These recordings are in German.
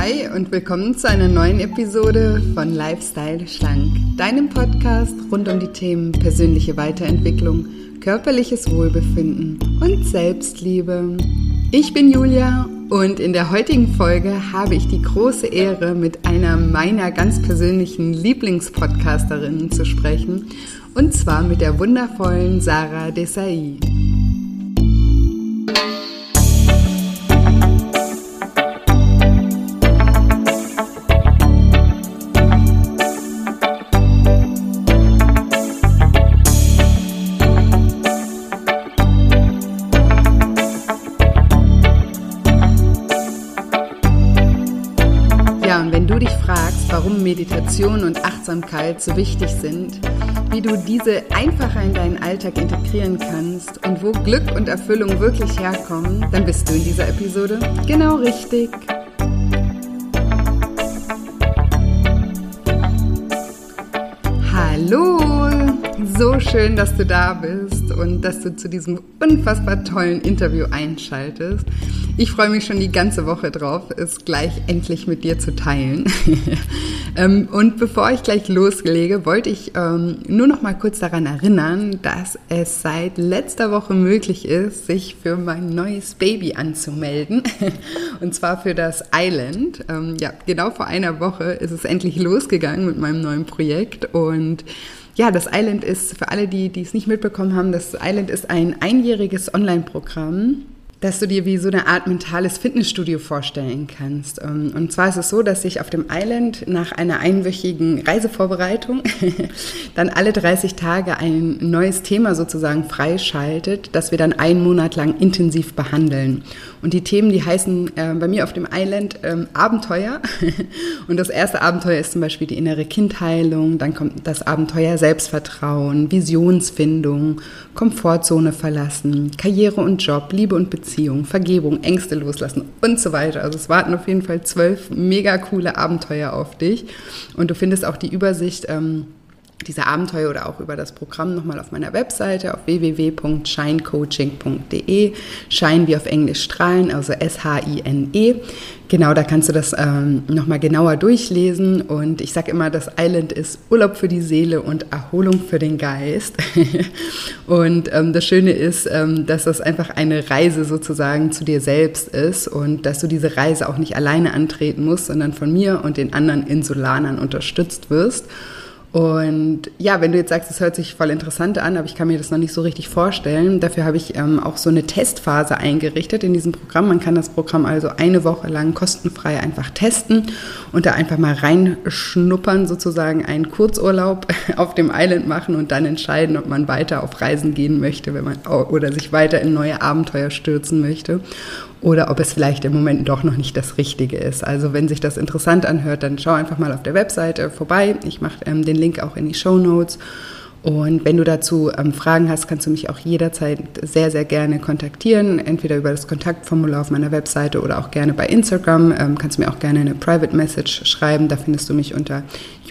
Hi und willkommen zu einer neuen Episode von Lifestyle Schlank, deinem Podcast rund um die Themen persönliche Weiterentwicklung, körperliches Wohlbefinden und Selbstliebe. Ich bin Julia und in der heutigen Folge habe ich die große Ehre, mit einer meiner ganz persönlichen Lieblingspodcasterinnen zu sprechen, und zwar mit der wundervollen Sarah Desai. Ja, und wenn du dich fragst, warum Meditation und Achtsamkeit so wichtig sind, wie du diese einfacher in deinen Alltag integrieren kannst und wo Glück und Erfüllung wirklich herkommen, dann bist du in dieser Episode genau richtig. Hallo, so schön, dass du da bist und dass du zu diesem unfassbar tollen Interview einschaltest. Ich freue mich schon die ganze Woche drauf, es gleich endlich mit dir zu teilen. Und bevor ich gleich loslege, wollte ich nur noch mal kurz daran erinnern, dass es seit letzter Woche möglich ist, sich für mein neues Baby anzumelden. Und zwar für das Island. Ja, genau vor einer Woche ist es endlich losgegangen mit meinem neuen Projekt. Und ja, das Island ist, für alle, die es nicht mitbekommen haben, das Island ist ein einjähriges Online-Programm, dass du dir wie so eine Art mentales Fitnessstudio vorstellen kannst. Und zwar ist es so, dass sich auf dem Island nach einer einwöchigen Reisevorbereitung dann alle 30 Tage ein neues Thema sozusagen freischaltet, das wir dann einen Monat lang intensiv behandeln. Und die Themen, die heißen bei mir auf dem Island Abenteuer. Und das erste Abenteuer ist zum Beispiel die innere Kindheilung, dann kommt das Abenteuer Selbstvertrauen, Visionsfindung, Komfortzone verlassen, Karriere und Job, Liebe und Beziehung, Vergebung, Ängste loslassen und so weiter. Also es warten auf jeden Fall 12 mega coole Abenteuer auf dich. Und du findest auch die Übersicht dieser Abenteuer oder auch über das Programm nochmal auf meiner Webseite auf www.shinecoaching.de. Shine wie auf Englisch strahlen, also S-H-I-N-E. Genau, da kannst du das nochmal genauer durchlesen. Und ich sage immer, das Island ist Urlaub für die Seele und Erholung für den Geist. Und das Schöne ist, dass das einfach eine Reise sozusagen zu dir selbst ist und dass du diese Reise auch nicht alleine antreten musst, sondern von mir und den anderen Insulanern unterstützt wirst. Und ja, wenn du jetzt sagst, es hört sich voll interessant an, aber ich kann mir das noch nicht so richtig vorstellen, dafür habe ich auch so eine Testphase eingerichtet in diesem Programm. Man kann das Programm also eine Woche lang kostenfrei einfach testen und da einfach mal reinschnuppern, sozusagen einen Kurzurlaub auf dem Island machen und dann entscheiden, ob man weiter auf Reisen gehen möchte, wenn man oder sich weiter in neue Abenteuer stürzen möchte. Oder ob es vielleicht im Moment doch noch nicht das Richtige ist. Also wenn sich das interessant anhört, dann schau einfach mal auf der Webseite vorbei. Ich mache den Link auch in die Shownotes. Und wenn du dazu Fragen hast, kannst du mich auch jederzeit sehr, sehr gerne kontaktieren. Entweder über das Kontaktformular auf meiner Webseite oder auch gerne bei Instagram. Kannst du mir auch gerne eine Private Message schreiben. Da findest du mich unter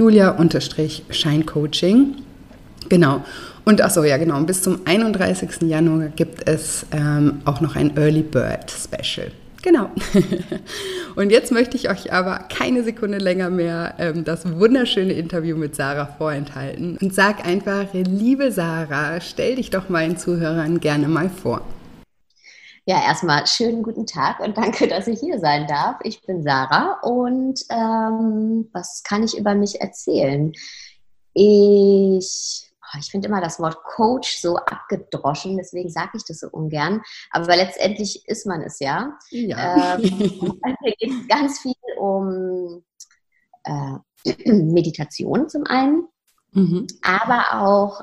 Julia_Shinecoaching. Genau. Und achso, ja genau, bis zum 31. Januar gibt es auch noch ein Early Bird Special. Genau. Und jetzt möchte ich euch aber keine Sekunde länger mehr das wunderschöne Interview mit Sarah vorenthalten. Und sag einfach, liebe Sarah, stell dich doch meinen Zuhörern gerne mal vor. Ja, erstmal schönen guten Tag und danke, dass ich hier sein darf. Ich bin Sarah und was kann ich über mich erzählen? Ich finde immer das Wort Coach so abgedroschen, deswegen sage ich das so ungern. Aber letztendlich ist man es ja. Ja. Hier geht es ganz viel um Meditation zum einen, aber auch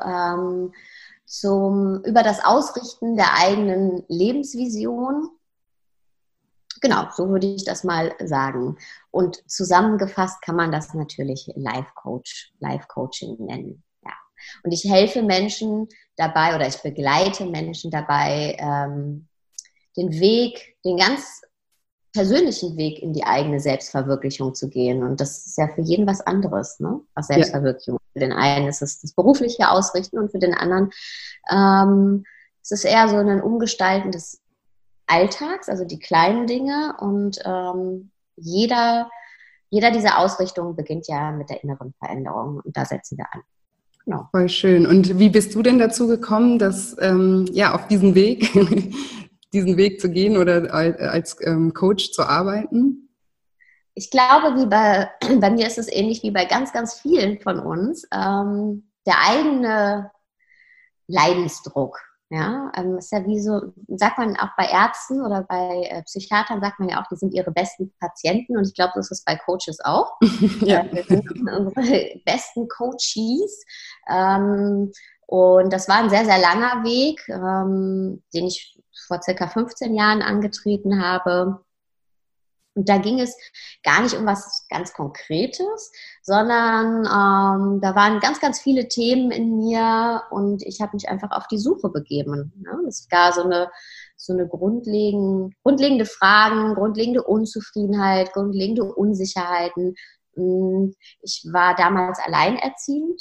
über das Ausrichten der eigenen Lebensvision. Genau, so würde ich das mal sagen. Und zusammengefasst kann man das natürlich Life-Coaching nennen. Ja. Und ich helfe Menschen dabei oder ich begleite Menschen dabei, den ganz persönlichen Weg in die eigene Selbstverwirklichung zu gehen. Und das ist ja für jeden was anderes, ne? Was Selbstverwirklichung. Ja. Für den einen ist es das berufliche Ausrichten und für den anderen es ist eher so ein Umgestalten des Alltags, also die kleinen Dinge. Und jeder jeder dieser Ausrichtungen beginnt ja mit der inneren Veränderung und da setzen wir an. Genau. Voll schön. Und wie bist du denn dazu gekommen, dass auf diesen Weg, diesen Weg zu gehen oder als Coach zu arbeiten? Ich glaube, bei mir ist es ähnlich wie bei ganz, ganz vielen von uns. Der eigene Leidensdruck. Ja, ist ja wie so, sagt man auch bei Ärzten oder bei Psychiatern, sagt man ja auch, die sind ihre besten Patienten und ich glaube, das ist bei Coaches auch. Ja. Wir sind unsere besten Coaches. Und das war ein sehr, sehr langer Weg, den ich vor circa 15 Jahren angetreten habe. Und da ging es gar nicht um was ganz Konkretes, sondern da waren ganz, ganz viele Themen in mir und ich habe mich einfach auf die Suche begeben. Ne? Es gab so eine grundlegende Fragen, grundlegende Unzufriedenheit, grundlegende Unsicherheiten. Ich war damals alleinerziehend,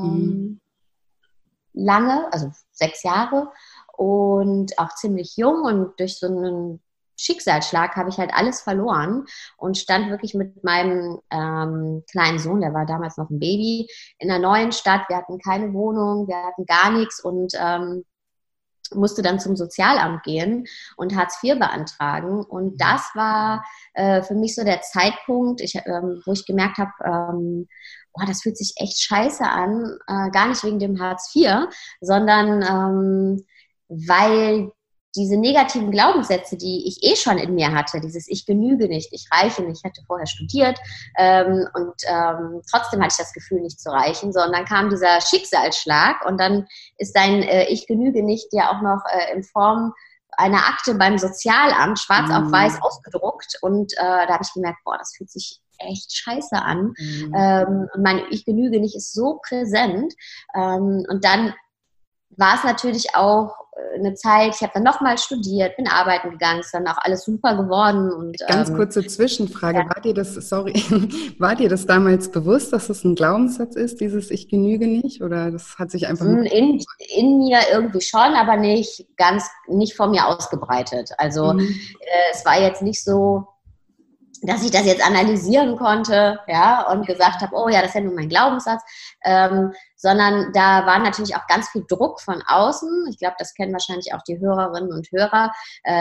lange, also 6 Jahre und auch ziemlich jung und durch so einen Schicksalsschlag habe ich halt alles verloren und stand wirklich mit meinem kleinen Sohn, der war damals noch ein Baby, in einer neuen Stadt. Wir hatten keine Wohnung, wir hatten gar nichts und musste dann zum Sozialamt gehen und Hartz IV beantragen. Und das war für mich so der Zeitpunkt, wo ich gemerkt habe, das fühlt sich echt scheiße an, gar nicht wegen dem Hartz IV, sondern weil diese negativen Glaubenssätze, die ich schon in mir hatte, dieses Ich genüge nicht, ich reiche nicht, ich hatte vorher studiert und trotzdem hatte ich das Gefühl, nicht zu reichen, sondern kam dieser Schicksalsschlag und dann ist dein Ich genüge nicht ja auch noch in Form einer Akte beim Sozialamt schwarz auf weiß ausgedruckt und da habe ich gemerkt, das fühlt sich echt scheiße an und mein Ich genüge nicht ist so präsent und dann war es natürlich auch eine Zeit, ich habe dann nochmal studiert, bin arbeiten gegangen, ist dann auch alles super geworden. Und, ganz kurze Zwischenfrage, ja. War dir das damals bewusst, dass das ein Glaubenssatz ist, dieses Ich genüge nicht? Oder das hat sich einfach... In mir irgendwie schon, aber nicht von mir ausgebreitet. Also es war jetzt nicht so, dass ich das jetzt analysieren konnte, ja, und gesagt habe, oh ja, das ist ja nur mein Glaubenssatz, sondern da war natürlich auch ganz viel Druck von außen. Ich glaube, das kennen wahrscheinlich auch die Hörerinnen und Hörer.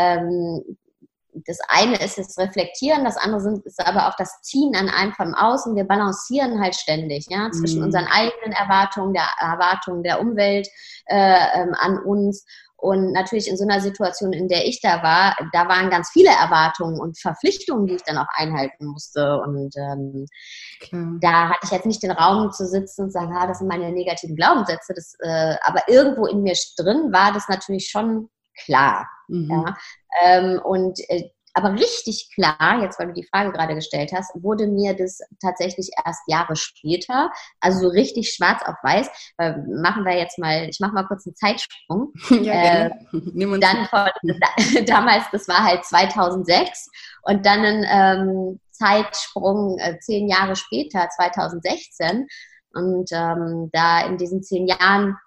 Das eine ist das Reflektieren, das andere ist aber auch das Ziehen an einem von außen. Wir balancieren halt ständig, ja, zwischen unseren eigenen Erwartungen, der Erwartungen der Umwelt an uns. Und natürlich in so einer Situation, in der ich da waren ganz viele Erwartungen und Verpflichtungen, die ich dann auch einhalten musste. Und da hatte ich jetzt nicht den Raum zu sitzen und sagen, das sind meine negativen Glaubenssätze. Aber irgendwo in mir drin war das natürlich schon klar. Ja? Aber richtig klar, jetzt weil du die Frage gerade gestellt hast, wurde mir das tatsächlich erst Jahre später, also so richtig schwarz auf weiß, ich mache mal kurz einen Zeitsprung. Ja, dann damals, das war halt 2006 und dann ein Zeitsprung 10 Jahre später, 2016 und da in diesen 10 Jahren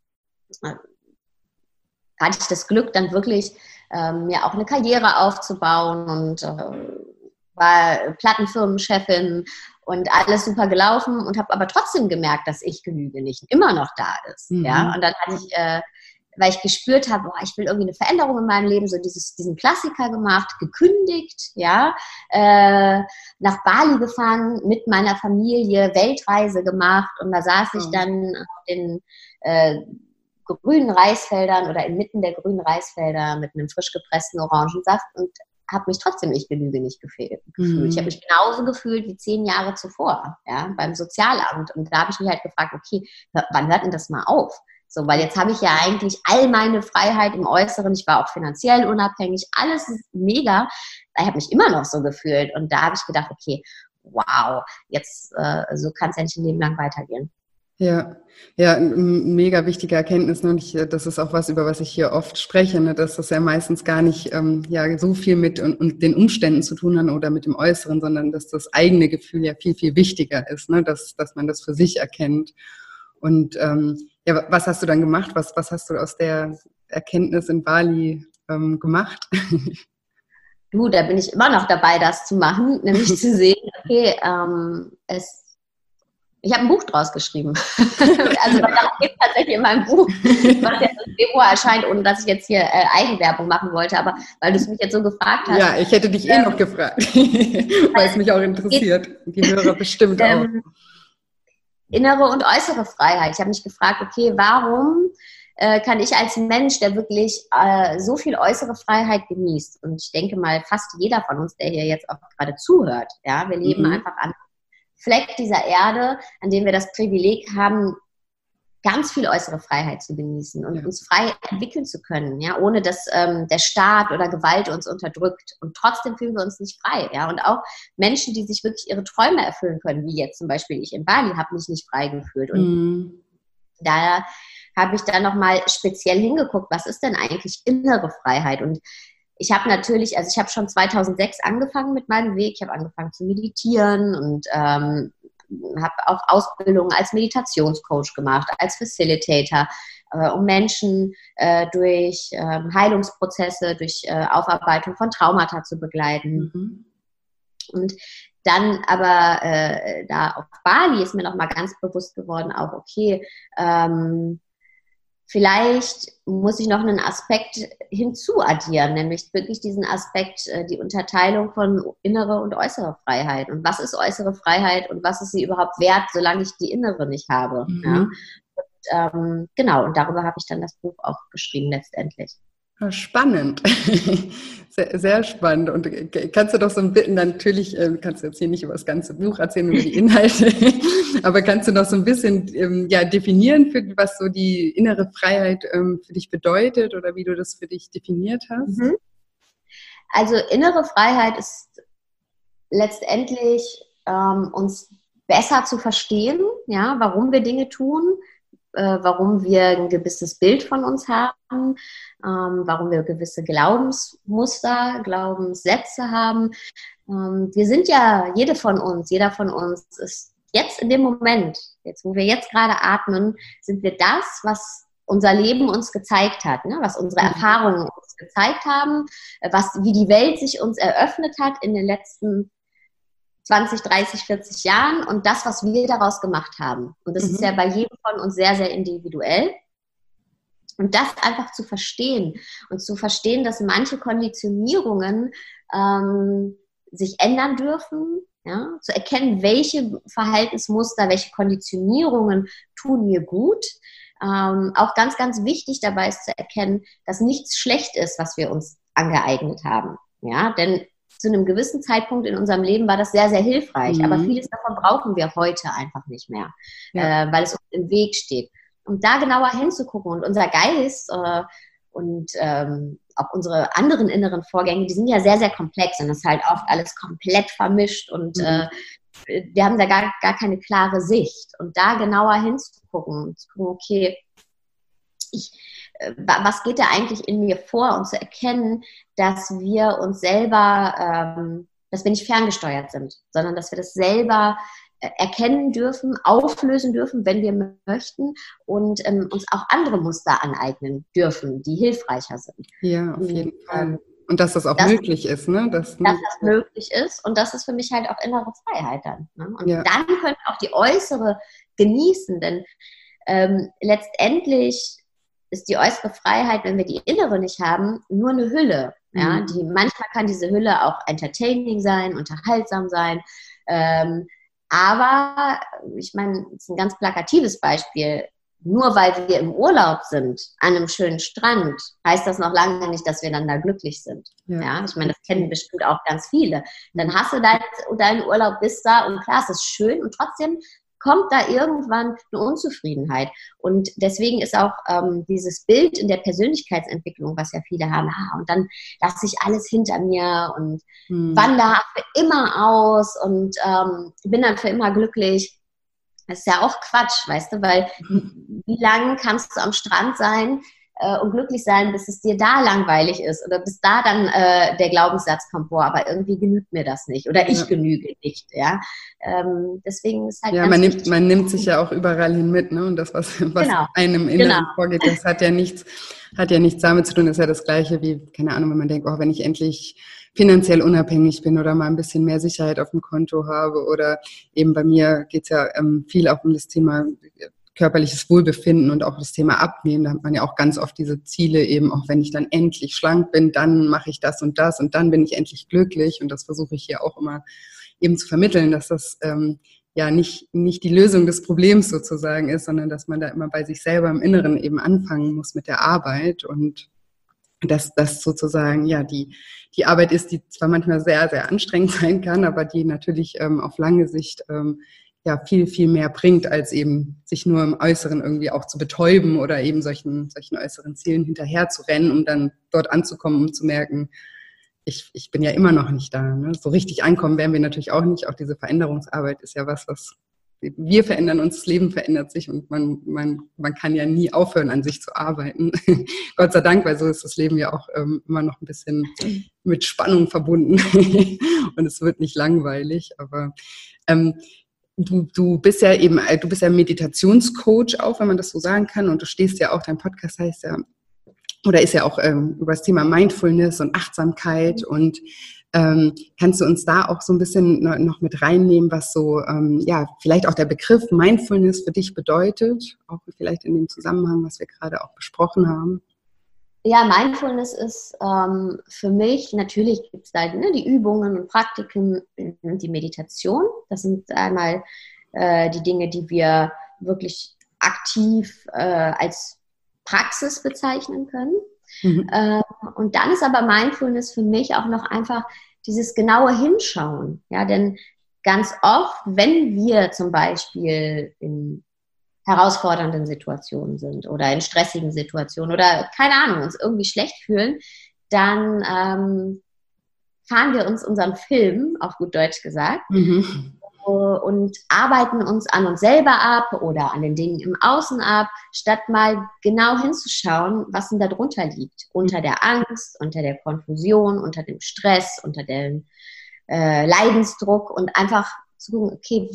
hatte ich das Glück, dann wirklich mir auch eine Karriere aufzubauen und war Plattenfirmenchefin und alles super gelaufen und habe aber trotzdem gemerkt, dass ich genüge nicht immer noch da ist. Ja? Und dann hatte ich, weil ich gespürt habe, ich will irgendwie eine Veränderung in meinem Leben, so diesen Klassiker gemacht, gekündigt, ja, nach Bali gefahren, mit meiner Familie, Weltreise gemacht und da saß ich dann auf den grünen Reisfeldern oder inmitten der grünen Reisfelder mit einem frisch gepressten Orangensaft und habe mich trotzdem nicht genüge nicht gefühlt. Ich habe mich genauso gefühlt wie 10 Jahre zuvor, ja, beim Sozialamt. Und da habe ich mich halt gefragt, okay, wann hört denn das mal auf? So, weil jetzt habe ich ja eigentlich all meine Freiheit im Äußeren, ich war auch finanziell unabhängig, alles ist mega. Ich habe mich immer noch so gefühlt und da habe ich gedacht, okay, wow, jetzt so kann es ja nicht ein Leben lang weitergehen. Ja, mega wichtige Erkenntnis. Ne? Und das ist auch was, über was ich hier oft spreche, ne? Dass das ja meistens gar nicht so viel mit und den Umständen zu tun hat oder mit dem Äußeren, sondern dass das eigene Gefühl ja viel, viel wichtiger ist, ne? Dass man das für sich erkennt. Und was hast du dann gemacht? Was hast du aus der Erkenntnis in Bali gemacht? Du, da bin ich immer noch dabei, das zu machen, nämlich zu sehen, okay, ich habe ein Buch draus geschrieben. Also weil darum geht es tatsächlich in meinem Buch, was jetzt im Februar erscheint, ohne dass ich jetzt hier Eigenwerbung machen wollte, aber weil du es mich jetzt so gefragt hast. Ja, ich hätte dich noch gefragt, weil es mich auch interessiert. Die Hörer bestimmt auch. Innere und äußere Freiheit. Ich habe mich gefragt, okay, warum kann ich als Mensch, der wirklich so viel äußere Freiheit genießt, und ich denke mal, fast jeder von uns, der hier jetzt auch gerade zuhört, ja, wir leben einfach an Fleck dieser Erde, an dem wir das Privileg haben, ganz viel äußere Freiheit zu genießen und uns frei entwickeln zu können, ja, ohne dass der Staat oder Gewalt uns unterdrückt. Und trotzdem fühlen wir uns nicht frei, ja. Und auch Menschen, die sich wirklich ihre Träume erfüllen können, wie jetzt zum Beispiel ich in Bali, habe mich nicht frei gefühlt. Und da habe ich dann nochmal speziell hingeguckt, was ist denn eigentlich innere Freiheit? Und ich habe natürlich, also ich habe schon 2006 angefangen mit meinem Weg. Ich habe angefangen zu meditieren und habe auch Ausbildungen als Meditationscoach gemacht, als Facilitator, um Menschen durch Heilungsprozesse, durch Aufarbeitung von Traumata zu begleiten. Und dann aber da auf Bali ist mir nochmal ganz bewusst geworden, auch okay, vielleicht muss ich noch einen Aspekt hinzuaddieren, nämlich wirklich diesen Aspekt, die Unterteilung von innere und äußere Freiheit. Und was ist äußere Freiheit und was ist sie überhaupt wert, solange ich die innere nicht habe? Ja? Und, genau, und darüber habe ich dann das Buch auch geschrieben letztendlich. Spannend, sehr, sehr spannend. Und kannst du doch so ein bisschen, natürlich kannst du jetzt hier nicht über das ganze Buch erzählen, über die Inhalte, aber kannst du noch so ein bisschen definieren, was so die innere Freiheit für dich bedeutet oder wie du das für dich definiert hast? Also innere Freiheit ist letztendlich uns besser zu verstehen, ja, warum wir Dinge tun, warum wir ein gewisses Bild von uns haben, warum wir gewisse Glaubensmuster, Glaubenssätze haben. Wir sind ja, jeder von uns ist jetzt in dem Moment, jetzt wo wir jetzt gerade atmen, sind wir das, was unser Leben uns gezeigt hat, ne? Was unsere Erfahrungen uns gezeigt haben, wie die Welt sich uns eröffnet hat in den letzten 20, 30, 40 Jahren und das, was wir daraus gemacht haben. Und das ist ja bei jedem von uns sehr, sehr individuell. Und das einfach zu verstehen und zu verstehen, dass manche Konditionierungen sich ändern dürfen, ja? Zu erkennen, welche Verhaltensmuster, welche Konditionierungen tun mir gut. Auch ganz, ganz wichtig dabei ist zu erkennen, dass nichts schlecht ist, was wir uns angeeignet haben. Ja? Denn zu einem gewissen Zeitpunkt in unserem Leben war das sehr, sehr hilfreich. Aber vieles davon brauchen wir heute einfach nicht mehr, weil es uns im Weg steht. Und da genauer hinzugucken und unser Geist und auch unsere anderen inneren Vorgänge, die sind ja sehr, sehr komplex und das ist halt oft alles komplett vermischt und wir haben da gar keine klare Sicht. Und da genauer hinzugucken und zu gucken, okay, was geht da eigentlich in mir vor und zu erkennen, dass wir uns selber, dass wir nicht ferngesteuert sind, sondern dass wir das selber erkennen dürfen, auflösen dürfen, wenn wir möchten und uns auch andere Muster aneignen dürfen, die hilfreicher sind. Ja, auf jeden Fall. Und dass das auch möglich ist, ne? Dass das möglich ist und das ist für mich halt auch innere Freiheit dann. Ne? Und dann können wir auch die äußere genießen, denn letztendlich ist die äußere Freiheit, wenn wir die innere nicht haben, nur eine Hülle. Ja? Manchmal kann diese Hülle auch entertaining sein, unterhaltsam sein. Aber, ich meine, das ist ein ganz plakatives Beispiel. Nur weil wir im Urlaub sind, an einem schönen Strand, heißt das noch lange nicht, dass wir dann da glücklich sind. Ja? Ich meine, das kennen bestimmt auch ganz viele. Dann hast du deinen Urlaub, bist da und klar, es ist schön und trotzdem kommt da irgendwann eine Unzufriedenheit. Und deswegen ist auch dieses Bild in der Persönlichkeitsentwicklung, was ja viele haben, und dann lasse ich alles hinter mir und wandere für immer aus und bin dann für immer glücklich. Das ist ja auch Quatsch, weißt du, weil wie lange kannst du am Strand sein, und glücklich sein, bis es dir da langweilig ist oder bis da dann der Glaubenssatz kommt, boah, aber irgendwie genügt mir das nicht oder ich genüge nicht, ja. Deswegen ist halt ganz wichtig. Man nimmt sich ja auch überall hin mit, ne? Und das, was Genau. einem im Inneren vorgeht, das hat ja nichts damit zu tun. Das ist ja das Gleiche wie, keine Ahnung, wenn man denkt, oh, wenn ich endlich finanziell unabhängig bin oder mal ein bisschen mehr Sicherheit auf dem Konto habe oder eben bei mir geht es ja viel auch um das Thema körperliches Wohlbefinden und auch das Thema Abnehmen. Da hat man ja auch ganz oft diese Ziele eben, auch wenn ich dann endlich schlank bin, dann mache ich das und dann bin ich endlich glücklich und das versuche ich hier auch immer eben zu vermitteln, dass das nicht die Lösung des Problems sozusagen ist, sondern dass man da immer bei sich selber im Inneren eben anfangen muss mit der Arbeit und dass das sozusagen die Arbeit ist, die zwar manchmal sehr, sehr anstrengend sein kann, aber die natürlich auf lange Sicht viel, viel mehr bringt, als eben sich nur im Äußeren irgendwie auch zu betäuben oder eben solchen äußeren Zielen hinterher zu rennen, um dann dort anzukommen, um zu merken, ich bin ja immer noch nicht da. Ne? So richtig ankommen werden wir natürlich auch nicht. Auch diese Veränderungsarbeit ist ja was wir verändern uns, das Leben verändert sich und man kann ja nie aufhören, an sich zu arbeiten. Gott sei Dank, weil so ist das Leben ja auch immer noch ein bisschen mit Spannung verbunden und es wird nicht langweilig. Aber du bist ja Meditationscoach auch, wenn man das so sagen kann, und du stehst ja auch, dein Podcast heißt ja, oder ist ja auch über das Thema Mindfulness und Achtsamkeit und kannst du uns da auch so ein bisschen noch mit reinnehmen, was so, vielleicht auch der Begriff Mindfulness für dich bedeutet, auch vielleicht in dem Zusammenhang, was wir gerade auch besprochen haben? Ja, Mindfulness ist für mich, natürlich gibt es da die Übungen und Praktiken, die Meditation. Das sind einmal die Dinge, die wir wirklich aktiv als Praxis bezeichnen können. Und dann ist aber Mindfulness für mich auch noch einfach dieses genaue Hinschauen. Ja, denn ganz oft, wenn wir zum Beispiel in herausfordernden Situationen sind oder in stressigen Situationen oder, keine Ahnung, uns irgendwie schlecht fühlen, dann fahren wir uns unseren Film, auf gut Deutsch gesagt, und arbeiten uns an uns selber ab oder an den Dingen im Außen ab, statt mal genau hinzuschauen, was denn da drunter liegt. Unter der Angst, unter der Konfusion, unter dem Stress, unter dem Leidensdruck und einfach zu gucken, okay,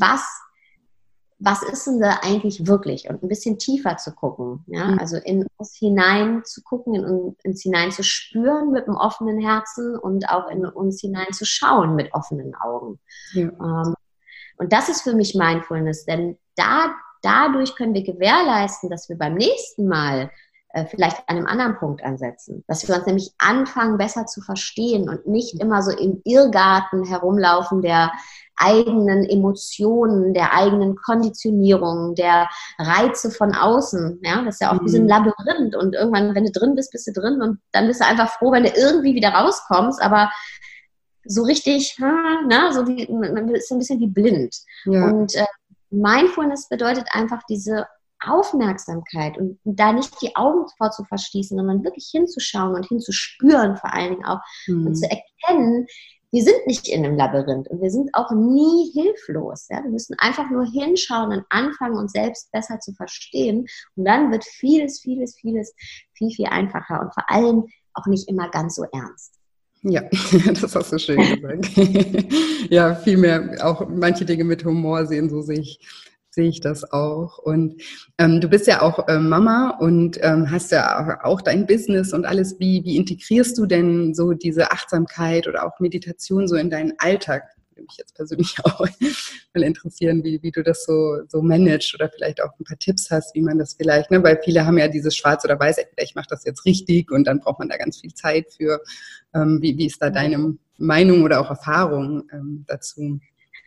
was ist denn da eigentlich wirklich? Und ein bisschen tiefer zu gucken. Ja? Also in uns hinein zu gucken, in uns hinein zu spüren mit einem offenen Herzen und auch in uns hinein zu schauen mit offenen Augen. Ja. Und das ist für mich Mindfulness, denn dadurch können wir gewährleisten, dass wir beim nächsten Mal vielleicht an einem anderen Punkt ansetzen. Dass wir uns nämlich anfangen, besser zu verstehen und nicht immer so im Irrgarten herumlaufen der eigenen Emotionen, der eigenen Konditionierung, der Reize von außen. Ja, das ist ja auch wie so ein Labyrinth und irgendwann, wenn du drin bist, bist du drin und dann bist du einfach froh, wenn du irgendwie wieder rauskommst, aber so richtig, man ist ein bisschen wie blind. Ja. Und Mindfulness bedeutet einfach diese Aufmerksamkeit und da nicht die Augen vor zu verschließen, sondern wirklich hinzuschauen und hinzuspüren vor allen Dingen auch und zu erkennen, wir sind nicht in einem Labyrinth und wir sind auch nie hilflos. Ja? Wir müssen einfach nur hinschauen und anfangen, uns selbst besser zu verstehen und dann wird vieles, vieles, vieles viel, viel einfacher und vor allem auch nicht immer ganz so ernst. Ja, das hast du schön gesagt. Ja, viel mehr auch manche Dinge mit Humor sehen, so sehe ich das auch. Und du bist ja auch Mama und hast ja auch dein Business und alles. Wie integrierst du denn so diese Achtsamkeit oder auch Meditation so in deinen Alltag? Würde mich jetzt persönlich auch mal interessieren, wie du das so managst oder vielleicht auch ein paar Tipps hast, wie man das vielleicht, ne? Weil viele haben ja dieses Schwarz oder Weiß, entweder ich mache das jetzt richtig und dann braucht man da ganz viel Zeit für. Wie ist da deine Meinung oder auch Erfahrung dazu?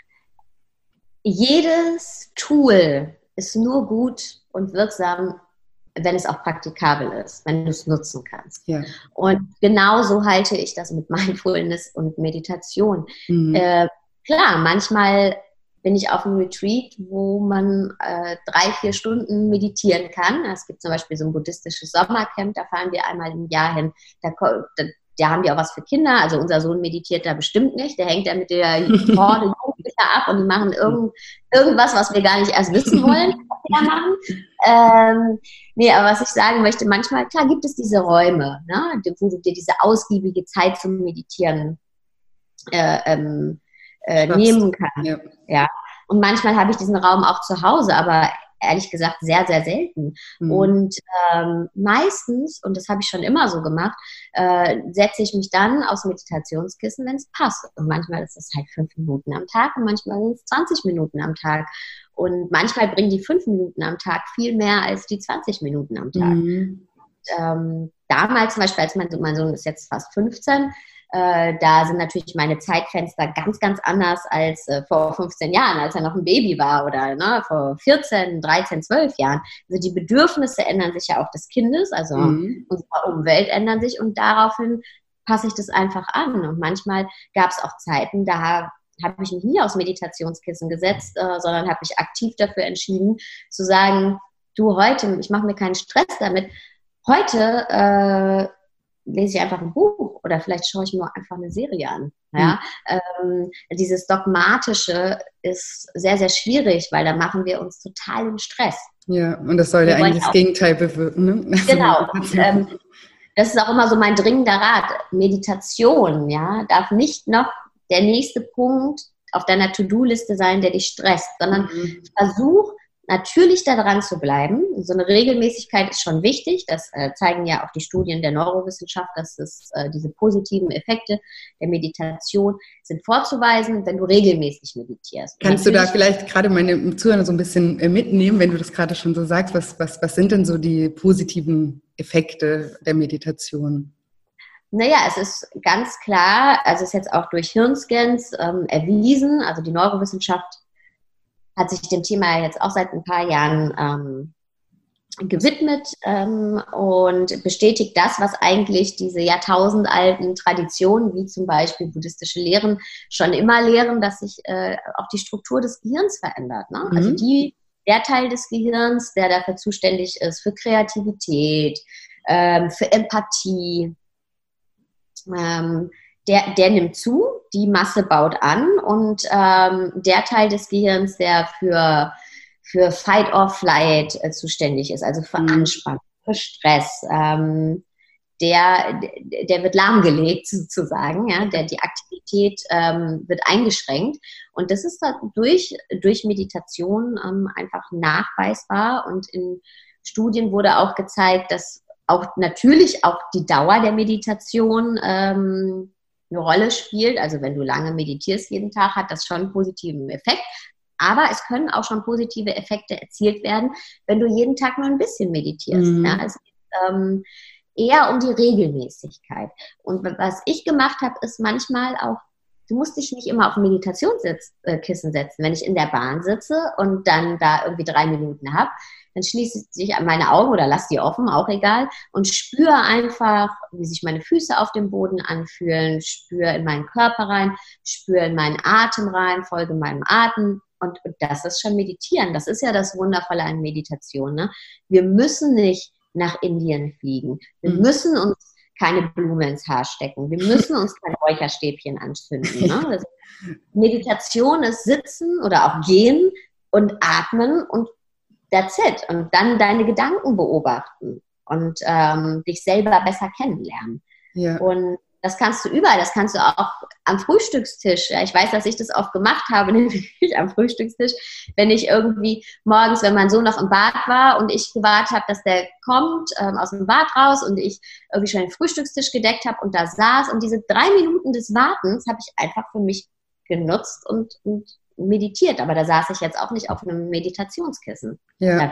Jedes Tool ist nur gut und wirksam, wenn es auch praktikabel ist, wenn du es nutzen kannst. Ja. Und genauso halte ich das mit Mindfulness und Meditation. Klar, manchmal bin ich auf einem Retreat, wo man 3-4 Stunden meditieren kann. Es gibt zum Beispiel so ein buddhistisches Sommercamp, da fahren wir einmal im Jahr hin. Da haben die auch was für Kinder. Also unser Sohn meditiert da bestimmt nicht. Der hängt da mit der Horde Jugendlicher ab und die machen irgendwas, was wir gar nicht erst wissen wollen, was die da machen. Nee, aber was ich sagen möchte, manchmal, klar, gibt es diese Räume, ne, wo du dir diese ausgiebige Zeit zum Meditieren nehmen kannst. Ja. Ja. Und manchmal habe ich diesen Raum auch zu Hause, aber ehrlich gesagt sehr, sehr selten. Und meistens, und das habe ich schon immer so gemacht, setze ich mich dann aufs Meditationskissen, wenn es passt. Und manchmal ist es halt 5 Minuten am Tag und manchmal sind es 20 Minuten am Tag. Und manchmal bringen die 5 Minuten am Tag viel mehr als die 20 Minuten am Tag. Damals zum Beispiel, als mein Sohn ist jetzt fast 15, da sind natürlich meine Zeitfenster ganz, ganz anders als vor 15 Jahren, als er noch ein Baby war oder vor 14, 13, 12 Jahren. Also die Bedürfnisse ändern sich ja auch des Kindes, also unsere Umwelt ändert sich und daraufhin passe ich das einfach an. Und manchmal gab es auch Zeiten, da habe ich mich nie aufs Meditationskissen gesetzt, sondern habe mich aktiv dafür entschieden, zu sagen, du, heute, ich mache mir keinen Stress damit, heute lese ich einfach ein Buch oder vielleicht schaue ich mir einfach eine Serie an. Ja? Dieses Dogmatische ist sehr, sehr schwierig, weil da machen wir uns total den Stress. Ja, und das soll ja eigentlich das Gegenteil bewirken. Ne? Genau. Das ist auch immer so mein dringender Rat. Meditation, ja, darf nicht noch der nächste Punkt auf deiner To-Do-Liste sein, der dich stresst, sondern versuch natürlich da dran zu bleiben. So eine Regelmäßigkeit ist schon wichtig. Das zeigen ja auch die Studien der Neurowissenschaft, dass diese positiven Effekte der Meditation sind vorzuweisen, wenn du regelmäßig meditierst. Kannst du da vielleicht gerade meine Zuhörer so ein bisschen mitnehmen, wenn du das gerade schon so sagst? Was sind denn so die positiven Effekte der Meditation? Naja, es ist ganz klar, also es ist jetzt auch durch Hirnscans erwiesen, also die Neurowissenschaft hat sich dem Thema jetzt auch seit ein paar Jahren gewidmet und bestätigt das, was eigentlich diese jahrtausendalten Traditionen, wie zum Beispiel buddhistische Lehren, schon immer lehren, dass sich auch die Struktur des Gehirns verändert. Ne? Also der Teil des Gehirns, der dafür zuständig ist, für Kreativität, für Empathie, der nimmt zu, die Masse baut an und der Teil des Gehirns, der für Fight or Flight zuständig ist, also für Anspannung, für Stress, der wird lahmgelegt sozusagen, ja, die Aktivität wird eingeschränkt und das ist durch Meditation einfach nachweisbar und in Studien wurde auch gezeigt, dass natürlich auch die Dauer der Meditation eine Rolle spielt. Also wenn du lange meditierst jeden Tag, hat das schon einen positiven Effekt. Aber es können auch schon positive Effekte erzielt werden, wenn du jeden Tag nur ein bisschen meditierst. Ja, es geht eher um die Regelmäßigkeit. Und was ich gemacht habe, ist manchmal auch, du musst dich nicht immer auf ein Meditationskissen setzen. Wenn ich in der Bahn sitze und dann da irgendwie 3 Minuten habe, dann schließe ich meine Augen oder lasse die offen, auch egal, und spüre einfach, wie sich meine Füße auf dem Boden anfühlen, spüre in meinen Körper rein, spüre in meinen Atem rein, folge meinem Atem. Und das ist schon Meditieren. Das ist ja das Wundervolle an Meditation. Ne? Wir müssen nicht nach Indien fliegen. Wir müssen uns keine Blume ins Haar stecken. Wir müssen uns kein Räucherstäbchen anzünden. Ne? Meditation ist Sitzen oder auch Gehen und Atmen und that's it. Und dann deine Gedanken beobachten und dich selber besser kennenlernen. Ja. Und das kannst du überall, das kannst du auch am Frühstückstisch. Ja, ich weiß, dass ich das oft gemacht habe, nämlich am Frühstückstisch, wenn ich irgendwie morgens, wenn mein Sohn noch im Bad war und ich gewartet habe, dass der kommt aus dem Bad raus und ich irgendwie schon den Frühstückstisch gedeckt habe und da saß und diese 3 Minuten des Wartens habe ich einfach für mich genutzt und meditiert. Aber da saß ich jetzt auch nicht auf einem Meditationskissen. Ja,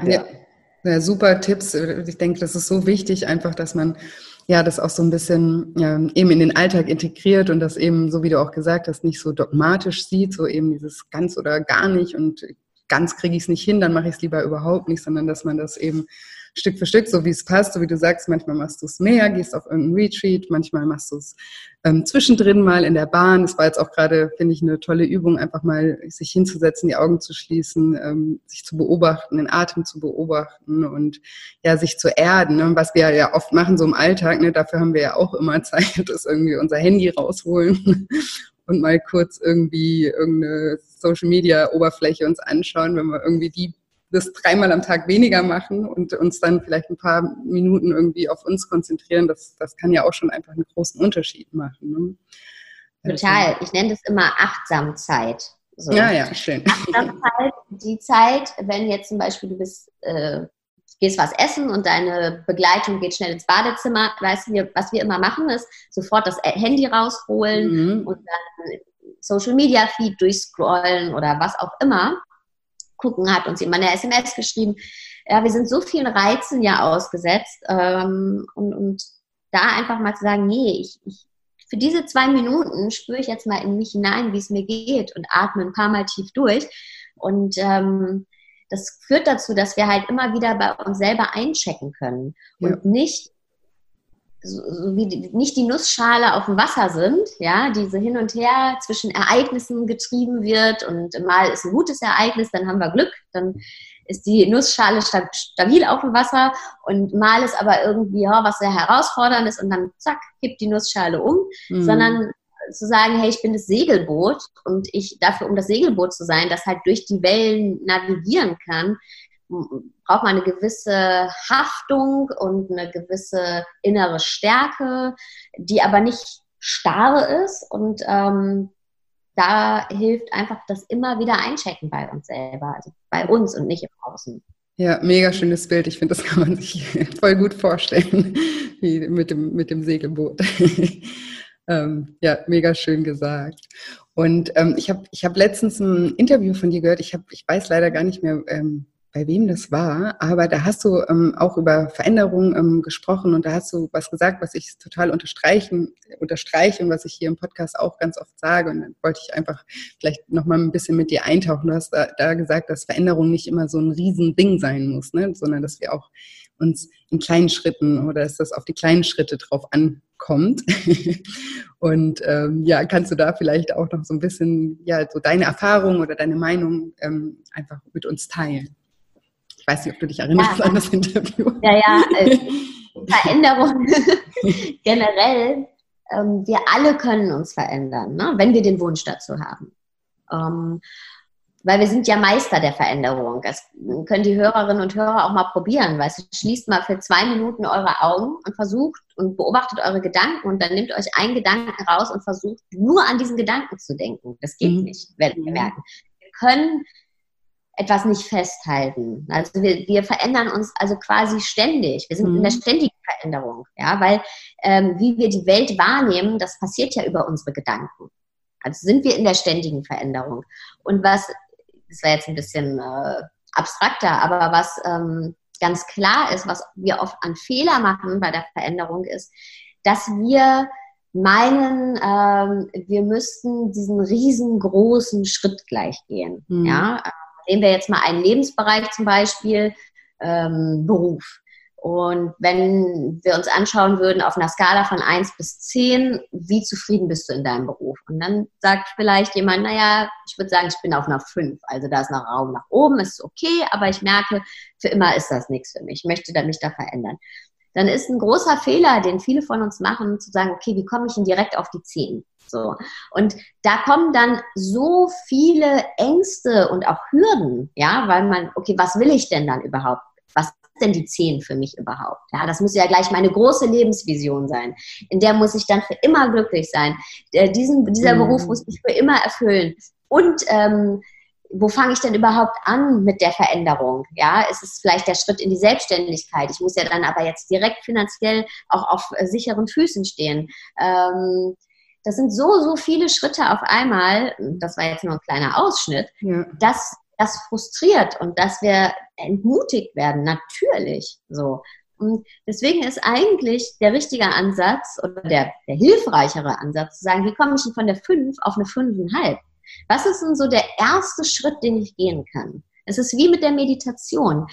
super Tipps. Ich denke, das ist so wichtig, einfach, dass man das auch so ein bisschen eben in den Alltag integriert und das eben, so wie du auch gesagt hast, nicht so dogmatisch sieht, so eben dieses ganz oder gar nicht und ganz kriege ich es nicht hin, dann mache ich es lieber überhaupt nicht, sondern dass man das eben Stück für Stück, so wie es passt, so wie du sagst, manchmal machst du es mehr, gehst auf irgendeinen Retreat, manchmal machst du es zwischendrin mal in der Bahn. Das war jetzt auch gerade, finde ich, eine tolle Übung, einfach mal sich hinzusetzen, die Augen zu schließen, sich zu beobachten, den Atem zu beobachten und sich zu erden, ne? Was wir ja oft machen so im Alltag, ne? Dafür haben wir ja auch immer Zeit, dass irgendwie unser Handy rausholen und mal kurz irgendwie irgendeine Social-Media-Oberfläche uns anschauen, wenn wir irgendwie die das 3-mal am Tag weniger machen und uns dann vielleicht ein paar Minuten irgendwie auf uns konzentrieren, das kann ja auch schon einfach einen großen Unterschied machen. Ne? Total. Ich nenne das immer Achtsamkeit. So. Ja, schön. Achtsamkeit, die Zeit, wenn jetzt zum Beispiel du gehst was essen und deine Begleitung geht schnell ins Badezimmer, weißt du, was wir immer machen, ist sofort das Handy rausholen und dann Social Media Feed durchscrollen oder was auch immer. Gucken, hat uns jemand eine SMS geschrieben. Ja, wir sind so vielen Reizen ja ausgesetzt und da einfach mal zu sagen, nee, für diese 2 Minuten spüre ich jetzt mal in mich hinein, wie es mir geht und atme ein paar Mal tief durch. Und das führt dazu, dass wir halt immer wieder bei uns selber einchecken können und nicht nicht die Nussschale auf dem Wasser sind, ja, die so hin und her zwischen Ereignissen getrieben wird und mal ist ein gutes Ereignis, dann haben wir Glück, dann ist die Nussschale stabil auf dem Wasser und mal ist aber irgendwie was sehr herausfordernd ist und dann zack, kippt die Nussschale um, sondern zu sagen, hey, ich bin das Segelboot und ich dafür, um das Segelboot zu sein, das halt durch die Wellen navigieren kann, braucht man eine gewisse Haftung und eine gewisse innere Stärke, die aber nicht starr ist und da hilft einfach das immer wieder Einchecken bei uns selber, also bei uns und nicht im Außen. Ja, mega schönes Bild. Ich finde, das kann man sich voll gut vorstellen, wie mit dem Segelboot. Ja, mega schön gesagt. Und ich hab letztens ein Interview von dir gehört. Ich weiß leider gar nicht mehr, bei wem das war, aber da hast du auch über Veränderungen gesprochen und da hast du was gesagt, was ich total unterstreiche und was ich hier im Podcast auch ganz oft sage und dann wollte ich einfach vielleicht nochmal ein bisschen mit dir eintauchen. Du hast da gesagt, dass Veränderung nicht immer so ein Riesending sein muss, ne? Sondern dass wir auch uns in kleinen Schritten oder dass das auf die kleinen Schritte drauf ankommt. Und kannst du da vielleicht auch noch so ein bisschen so deine Erfahrung oder deine Meinung einfach mit uns teilen? Ich weiß nicht, ob du dich erinnerst an das Interview. Veränderung generell, wir alle können uns verändern, ne? Wenn wir den Wunsch dazu haben. Weil wir sind ja Meister der Veränderung. Das können die Hörerinnen und Hörer auch mal probieren. Weißt du, schließt mal für 2 Minuten eure Augen und versucht und beobachtet eure Gedanken und dann nehmt euch einen Gedanken raus und versucht nur an diesen Gedanken zu denken. Das geht nicht, werdet ihr merken. Wir können etwas nicht festhalten. Also wir verändern uns also quasi ständig. Wir sind in der ständigen Veränderung, ja, weil wie wir die Welt wahrnehmen, das passiert ja über unsere Gedanken. Also sind wir in der ständigen Veränderung. Und das war jetzt ein bisschen abstrakter, aber was ganz klar ist, was wir oft an Fehler machen bei der Veränderung ist, dass wir meinen, wir müssten diesen riesengroßen Schritt gleich gehen, ja. Nehmen wir jetzt mal einen Lebensbereich zum Beispiel, Beruf. Und wenn wir uns anschauen würden auf einer Skala von 1 bis 10, wie zufrieden bist du in deinem Beruf? Und dann sagt vielleicht jemand, naja, ich würde sagen, ich bin auf einer 5. Also da ist noch Raum nach oben, ist okay, aber ich merke, für immer ist das nichts für mich. Ich möchte mich da verändern. Dann ist ein großer Fehler, den viele von uns machen, zu sagen, okay, wie komme ich denn direkt auf die 10? So. Und da kommen dann so viele Ängste und auch Hürden, ja, weil okay, was will ich denn dann überhaupt? Was ist denn die 10 für mich überhaupt? Ja, das muss ja gleich meine große Lebensvision sein. In der muss ich dann für immer glücklich sein. Dieser Beruf muss mich für immer erfüllen. Und wo fange ich denn überhaupt an mit der Veränderung? Ja, ist es vielleicht der Schritt in die Selbstständigkeit? Ich muss ja dann aber jetzt direkt finanziell auch auf sicheren Füßen stehen. Das sind so viele Schritte auf einmal, das war jetzt nur ein kleiner Ausschnitt, dass das frustriert und dass wir entmutigt werden, natürlich so. Und deswegen ist eigentlich der richtige Ansatz oder der hilfreichere Ansatz zu sagen, wie komme ich denn von der 5 auf eine 5,5? Was ist denn so der erste Schritt, den ich gehen kann? Es ist wie mit der Meditation.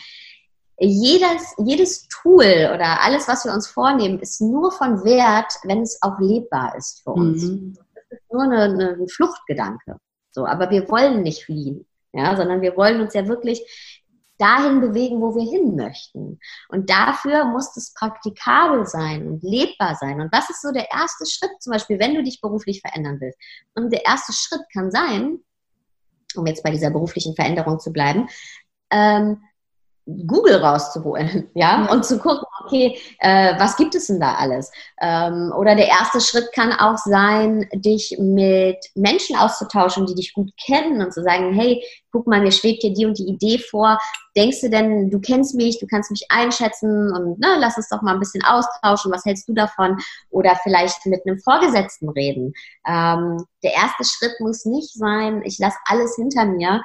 Jedes Tool oder alles, was wir uns vornehmen, ist nur von Wert, wenn es auch lebbar ist für uns. Das ist nur ein Fluchtgedanke. So, aber wir wollen nicht fliehen, ja, sondern wir wollen uns ja wirklich dahin bewegen, wo wir hin möchten. Und dafür muss es praktikabel sein und lebbar sein. Und was ist so der erste Schritt, zum Beispiel, wenn du dich beruflich verändern willst? Und der erste Schritt kann sein, um jetzt bei dieser beruflichen Veränderung zu bleiben, Google rauszuholen, ja, und zu gucken, okay, was gibt es denn da alles? Oder der erste Schritt kann auch sein, dich mit Menschen auszutauschen, die dich gut kennen und zu sagen, hey, guck mal, mir schwebt hier die und die Idee vor. Denkst du denn, du kennst mich, du kannst mich einschätzen und lass uns doch mal ein bisschen austauschen, was hältst du davon? Oder vielleicht mit einem Vorgesetzten reden. Der erste Schritt muss nicht sein, ich lasse alles hinter mir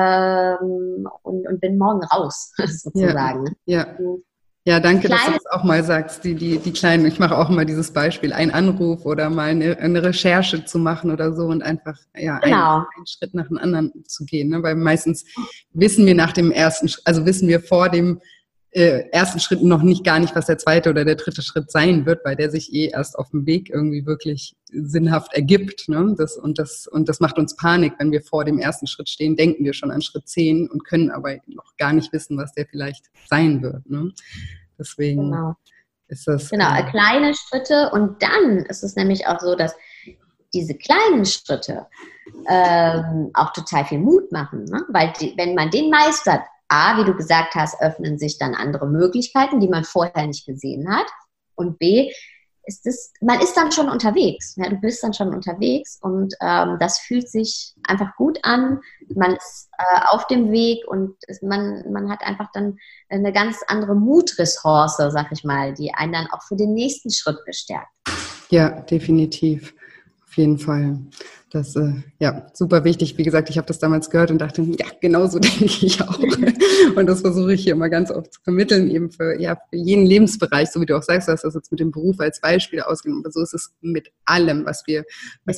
und bin morgen raus, sozusagen. Ja. Ja, danke, dass du das auch mal sagst, die kleinen, ich mache auch immer dieses Beispiel, ein Anruf oder mal eine Recherche zu machen oder so und einfach einen Schritt nach dem anderen zu gehen, ne? Weil meistens wissen wir nach dem wissen wir vor dem ersten Schritt noch gar nicht, was der zweite oder der dritte Schritt sein wird, weil der sich erst auf dem Weg irgendwie wirklich sinnhaft ergibt, ne? Das macht uns Panik, wenn wir vor dem ersten Schritt stehen, denken wir schon an Schritt 10 und können aber noch gar nicht wissen, was der vielleicht sein wird, ne? Deswegen ist das... kleine Schritte, und dann ist es nämlich auch so, dass diese kleinen Schritte auch total viel Mut machen, ne? Weil wenn man den meistert, A, wie du gesagt hast, öffnen sich dann andere Möglichkeiten, die man vorher nicht gesehen hat. Und B, man ist dann schon unterwegs. Ja, du bist dann schon unterwegs und das fühlt sich einfach gut an. Man ist auf dem Weg und man hat einfach dann eine ganz andere Mutressource, sag ich mal, die einen dann auch für den nächsten Schritt bestärkt. Ja, definitiv. Auf jeden Fall. Das super wichtig. Wie gesagt, ich habe das damals gehört und dachte, ja, genau so denke ich auch. Und das versuche ich hier immer ganz oft zu vermitteln, eben für jeden Lebensbereich, so wie du auch sagst, du hast das jetzt mit dem Beruf als Beispiel ausgenommen, aber so ist es mit allem, was wir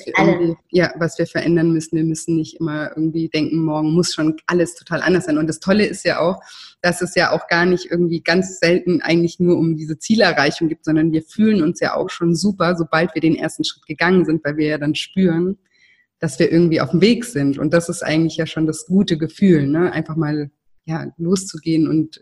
verändern müssen. Wir müssen nicht immer irgendwie denken, morgen muss schon alles total anders sein. Und das Tolle ist ja auch, dass es ja auch gar nicht irgendwie ganz selten eigentlich nur um diese Zielerreichung geht, sondern wir fühlen uns ja auch schon super, sobald wir den ersten Schritt gegangen sind, weil wir ja dann spüren, dass wir irgendwie auf dem Weg sind. Und das ist eigentlich ja schon das gute Gefühl, ne? Einfach mal loszugehen und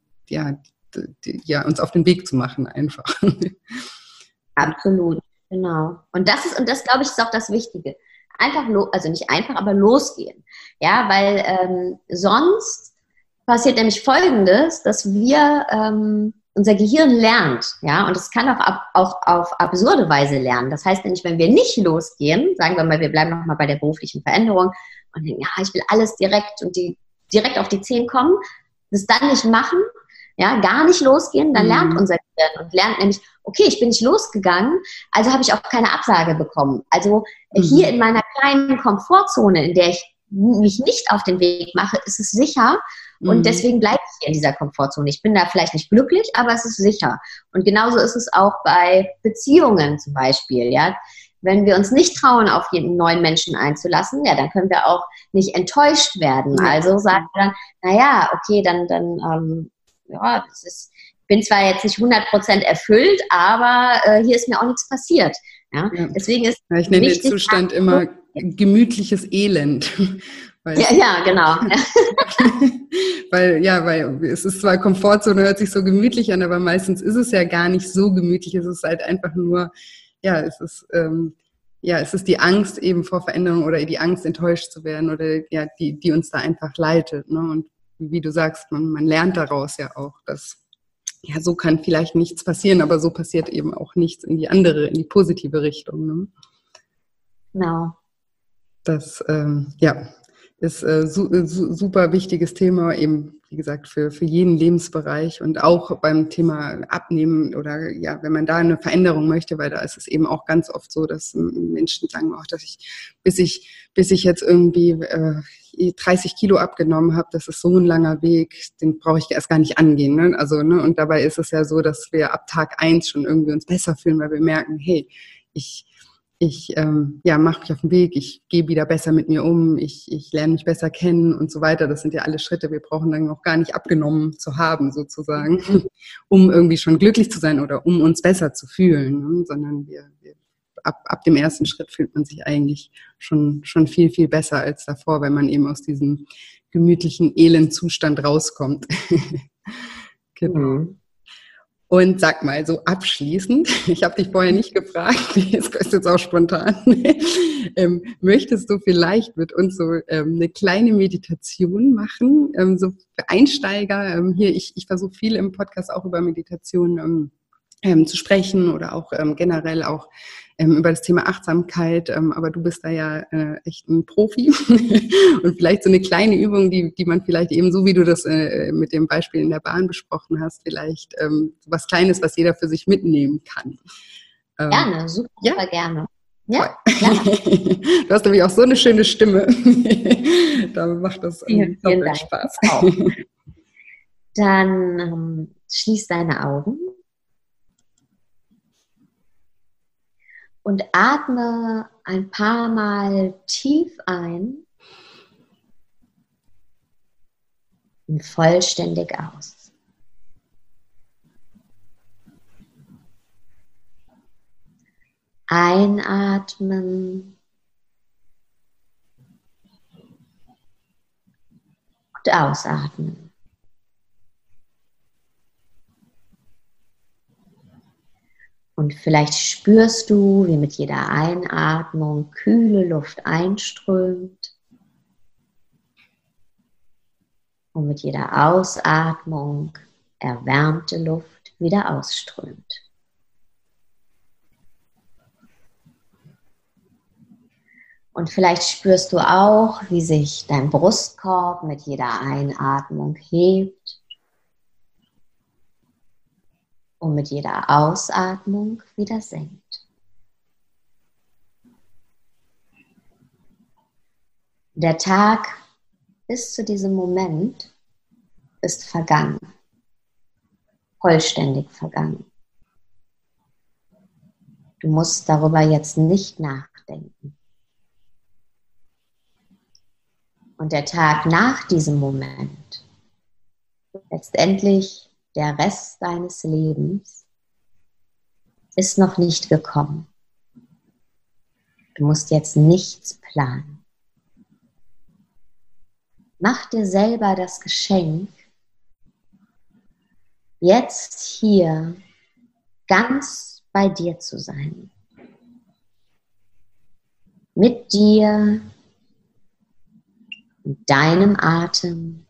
uns auf den Weg zu machen einfach. Absolut, genau. Und das glaube ich, ist auch das Wichtige. Also nicht einfach, aber losgehen. Ja, weil sonst passiert nämlich Folgendes, dass wir unser Gehirn lernt, ja, und es kann auch auf absurde Weise lernen. Das heißt nämlich, wenn wir nicht losgehen, sagen wir mal, wir bleiben nochmal bei der beruflichen Veränderung und denken, ich will alles direkt auf die 10 kommen, das dann nicht machen, ja, gar nicht losgehen, dann lernt unser Gehirn und lernt nämlich, okay, ich bin nicht losgegangen, also habe ich auch keine Absage bekommen. Also hier in meiner kleinen Komfortzone, in der ich mich nicht auf den Weg mache, ist es sicher. Und deswegen bleibe ich hier in dieser Komfortzone. Ich bin da vielleicht nicht glücklich, aber es ist sicher. Und genauso ist es auch bei Beziehungen zum Beispiel. Ja? Wenn wir uns nicht trauen, auf jeden neuen Menschen einzulassen, dann können wir auch nicht enttäuscht werden. Also sagen wir dann, okay, bin zwar jetzt nicht 100% erfüllt, aber hier ist mir auch nichts passiert. Ja? Deswegen ist ich nenne den Zustand immer gemütliches Elend. Genau. Weil es ist zwar Komfortzone, hört sich so gemütlich an, aber meistens ist es ja gar nicht so gemütlich. Es ist halt einfach nur, es ist die Angst eben vor Veränderung oder die Angst, enttäuscht zu werden oder die uns da einfach leitet. Ne? Und wie du sagst, man lernt daraus ja auch, dass so kann vielleicht nichts passieren, aber so passiert eben auch nichts in die positive Richtung. Ne? Genau. Das, ist super wichtiges Thema, eben, wie gesagt, für jeden Lebensbereich und auch beim Thema Abnehmen oder wenn man da eine Veränderung möchte, weil da ist es eben auch ganz oft so, dass Menschen sagen, dass bis ich jetzt irgendwie 30 Kilo abgenommen habe, das ist so ein langer Weg, den brauche ich erst gar nicht angehen. Ne? Also, und dabei ist es ja so, dass wir ab Tag 1 schon irgendwie uns besser fühlen, weil wir merken, hey, ich mache mich auf den Weg, ich gehe wieder besser mit mir um, ich lerne mich besser kennen und so weiter. Das sind ja alle Schritte, wir brauchen dann auch gar nicht abgenommen zu haben, sozusagen, um irgendwie schon glücklich zu sein oder um uns besser zu fühlen, ne? Sondern ab dem ersten Schritt fühlt man sich eigentlich schon viel, viel besser als davor, weil man eben aus diesem gemütlichen Elendzustand rauskommt. Genau. Und sag mal, so abschließend, ich habe dich vorher nicht gefragt, es ist jetzt auch spontan, möchtest du vielleicht mit uns so eine kleine Meditation machen, so für Einsteiger? Hier, ich versuche viel im Podcast auch über Meditation zu sprechen oder auch generell auch über das Thema Achtsamkeit, aber du bist da ja echt ein Profi und vielleicht so eine kleine Übung, die man vielleicht eben so, wie du das mit dem Beispiel in der Bahn besprochen hast, vielleicht so was Kleines, was jeder für sich mitnehmen kann. Gerne, super, Ja, super gerne. toll. Ja, klar. Du hast nämlich auch so eine schöne Stimme. Da macht das Vielen doppelt Dank. Spaß. Auch. Dann schließ deine Augen und atme ein paar Mal tief ein und vollständig aus. Einatmen und ausatmen. Und vielleicht spürst du, wie mit jeder Einatmung kühle Luft einströmt und mit jeder Ausatmung erwärmte Luft wieder ausströmt. Und vielleicht spürst du auch, wie sich dein Brustkorb mit jeder Einatmung hebt und mit jeder Ausatmung wieder senkt. Der Tag bis zu diesem Moment ist vergangen, vollständig vergangen. Du musst darüber jetzt nicht nachdenken. Und der Tag nach diesem Moment, letztendlich der Rest deines Lebens, ist noch nicht gekommen. Du musst jetzt nichts planen. Mach dir selber das Geschenk, jetzt hier ganz bei dir zu sein. Mit dir, mit deinem Atem,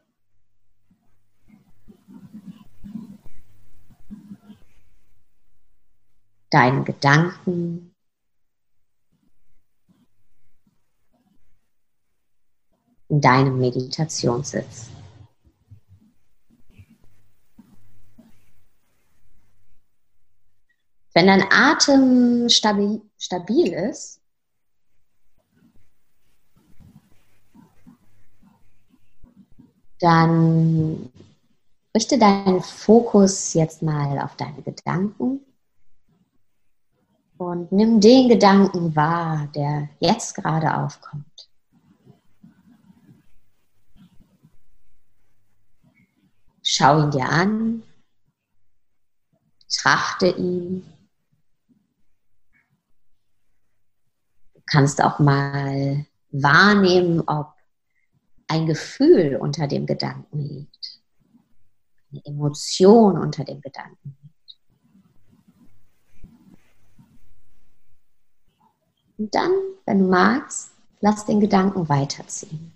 deinen Gedanken, in deinem Meditationssitz. Wenn dein Atem stabil ist, dann richte deinen Fokus jetzt mal auf deine Gedanken und nimm den Gedanken wahr, der jetzt gerade aufkommt. Schau ihn dir an, betrachte ihn. Du kannst auch mal wahrnehmen, ob ein Gefühl unter dem Gedanken liegt, eine Emotion unter dem Gedanken liegt. Und dann, wenn du magst, lass den Gedanken weiterziehen.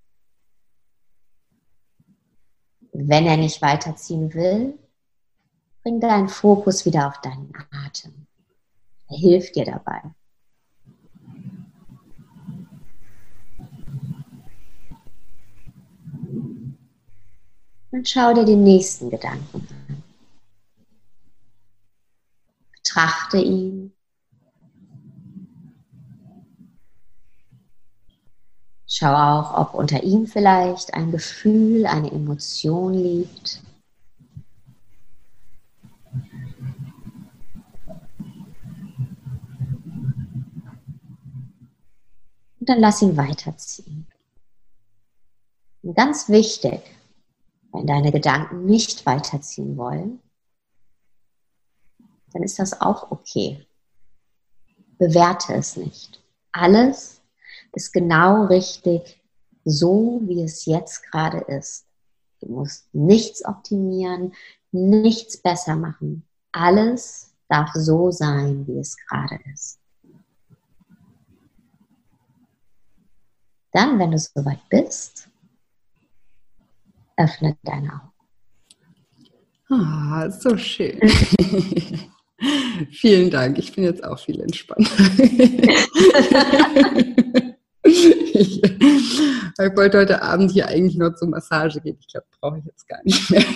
Wenn er nicht weiterziehen will, bring deinen Fokus wieder auf deinen Atem. Er hilft dir dabei. Und schau dir den nächsten Gedanken an. Betrachte ihn. Schau auch, ob unter ihm vielleicht ein Gefühl, eine Emotion liegt. Und dann lass ihn weiterziehen. Und ganz wichtig, wenn deine Gedanken nicht weiterziehen wollen, dann ist das auch okay. Bewerte es nicht. Alles ist genau richtig, so wie es jetzt gerade ist. Du musst nichts optimieren, nichts besser machen. alles darf so sein, wie es gerade ist. Dann, wenn du soweit bist, öffne deine Augen. Ah, so schön. Vielen Dank. Ich bin jetzt auch viel entspannter. Ich wollte heute Abend hier eigentlich nur zur Massage gehen. Ich glaube, brauche ich jetzt gar nicht mehr.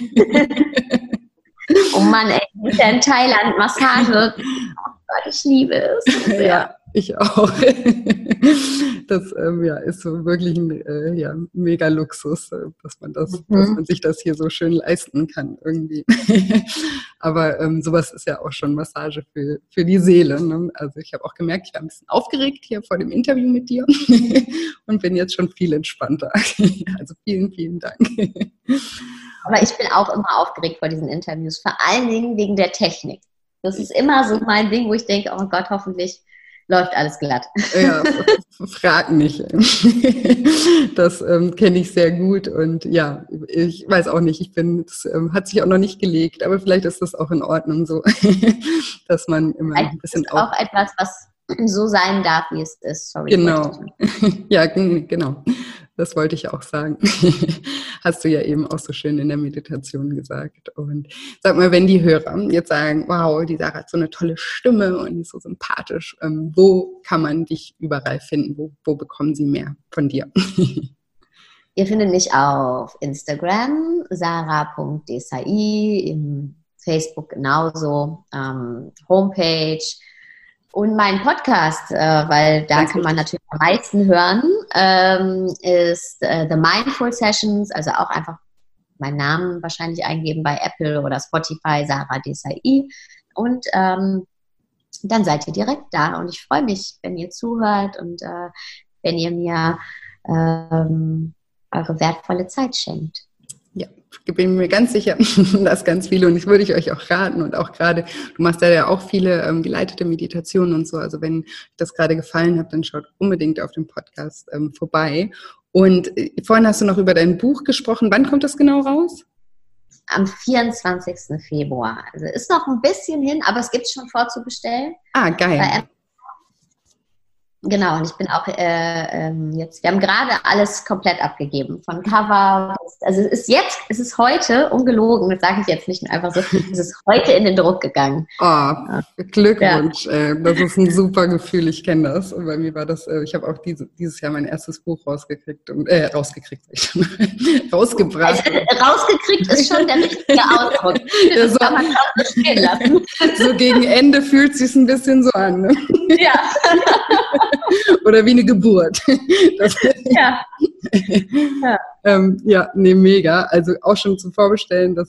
Oh Mann, ey, ist ja in Thailand Massage. Oh Gott, ich liebe es. Ja, ich auch. Das ist so wirklich ein mega Luxus, dass man sich das hier so schön leisten kann irgendwie. Aber sowas ist ja auch schon Massage für die Seele. Ne? Also ich habe auch gemerkt, ich war ein bisschen aufgeregt hier vor dem Interview mit dir und bin jetzt schon viel entspannter. Also vielen, vielen Dank. Aber ich bin auch immer aufgeregt vor diesen Interviews, vor allen Dingen wegen der Technik. Das ist immer so mein Ding, wo ich denke, oh Gott, hoffentlich läuft alles glatt. Ja, frag nicht. Das kenne ich sehr gut und ja, ich weiß auch nicht, es hat sich auch noch nicht gelegt, aber vielleicht ist das auch in Ordnung so, dass man immer ein bisschen ist auch etwas, was so sein darf, wie es ist. Sorry. Genau. Ja, genau. Das wollte ich auch sagen. Hast du ja eben auch so schön in der Meditation gesagt. Und sag mal, wenn die Hörer jetzt sagen, wow, die Sarah hat so eine tolle Stimme und ist so sympathisch, wo kann man dich überall finden? Wo bekommen sie mehr von dir? Ihr findet mich auf Instagram, sarah.desai, im Facebook genauso, Homepage. Und mein Podcast, weil da kann man natürlich am meisten hören, ist The Mindful Sessions, also auch einfach meinen Namen wahrscheinlich eingeben bei Apple oder Spotify, Sarah Desai. Und dann seid ihr direkt da. Und ich freue mich, wenn ihr zuhört und wenn ihr mir eure wertvolle Zeit schenkt. Ja, ich bin mir ganz sicher, dass ganz viele, und das würde ich euch auch raten, und auch gerade, du machst ja auch viele geleitete Meditationen und so, also wenn euch das gerade gefallen hat, dann schaut unbedingt auf dem Podcast vorbei. Und vorhin hast du noch über dein Buch gesprochen, wann kommt das genau raus? Am 24. Februar, also ist noch ein bisschen hin, aber es gibt es schon vorzubestellen. Ah, geil. Genau, und ich bin auch jetzt, wir haben gerade alles komplett abgegeben, von Cover, also es ist heute, ungelogen, das sage ich jetzt nicht einfach so, es ist heute in den Druck gegangen. Oh, Glückwunsch, ja. Das ist ein super Gefühl, ich kenne das. Und bei mir war das, ich habe auch dieses Jahr mein erstes Buch rausgebracht. Rausgekriegt ist schon der richtige Ausdruck. Das kann man auch nicht stehen lassen. So gegen Ende fühlt es sich ein bisschen so an, ne? Ja. Oder wie eine Geburt. Ja. Mega. Also auch schon zum Vorbestellen, dass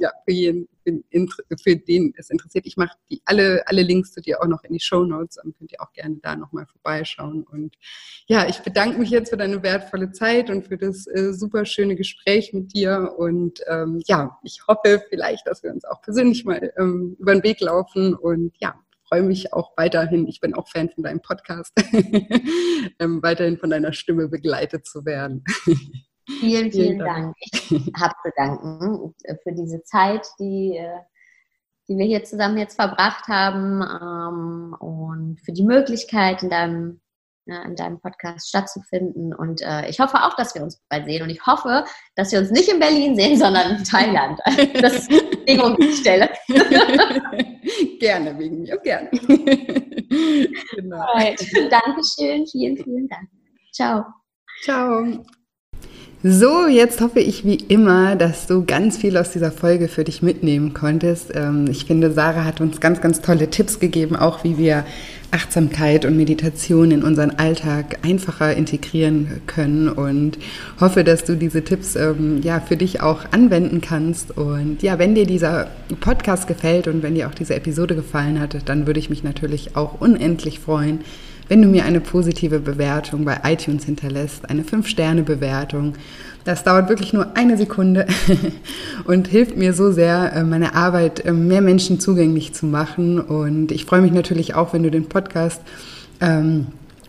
für den es interessiert. Ich mache alle Links zu dir auch noch in die Shownotes, dann könnt ihr auch gerne da nochmal vorbeischauen. Und ja, ich bedanke mich jetzt für deine wertvolle Zeit und für das super schöne Gespräch mit dir. Und ich hoffe vielleicht, dass wir uns auch persönlich mal über den Weg laufen und ja, freue mich auch weiterhin, ich bin auch Fan von deinem Podcast, weiterhin von deiner Stimme begleitet zu werden. Vielen, vielen Dank. Ich habe zu danken für diese Zeit, die wir hier zusammen jetzt verbracht haben und für die Möglichkeit, in deinem Podcast stattzufinden. Und ich hoffe auch, dass wir uns bald sehen. Und ich hoffe, dass wir uns nicht in Berlin sehen, sondern in Thailand. Das ist die Bedingung, die ich stelle. Gerne, wegen mir, gerne. Genau. Dankeschön, vielen, vielen Dank. Ciao. Ciao. So, jetzt hoffe ich wie immer, dass du ganz viel aus dieser Folge für dich mitnehmen konntest. Ich finde, Sarah hat uns ganz, ganz tolle Tipps gegeben, auch wie wir Achtsamkeit und Meditation in unseren Alltag einfacher integrieren können und hoffe, dass du diese Tipps für dich auch anwenden kannst. Und ja, wenn dir dieser Podcast gefällt und wenn dir auch diese Episode gefallen hat, dann würde ich mich natürlich auch unendlich freuen, wenn du mir eine positive Bewertung bei iTunes hinterlässt, eine 5-Sterne-Bewertung. Das dauert wirklich nur 1 Sekunde und hilft mir so sehr, meine Arbeit mehr Menschen zugänglich zu machen. Und ich freue mich natürlich auch, wenn du den Podcast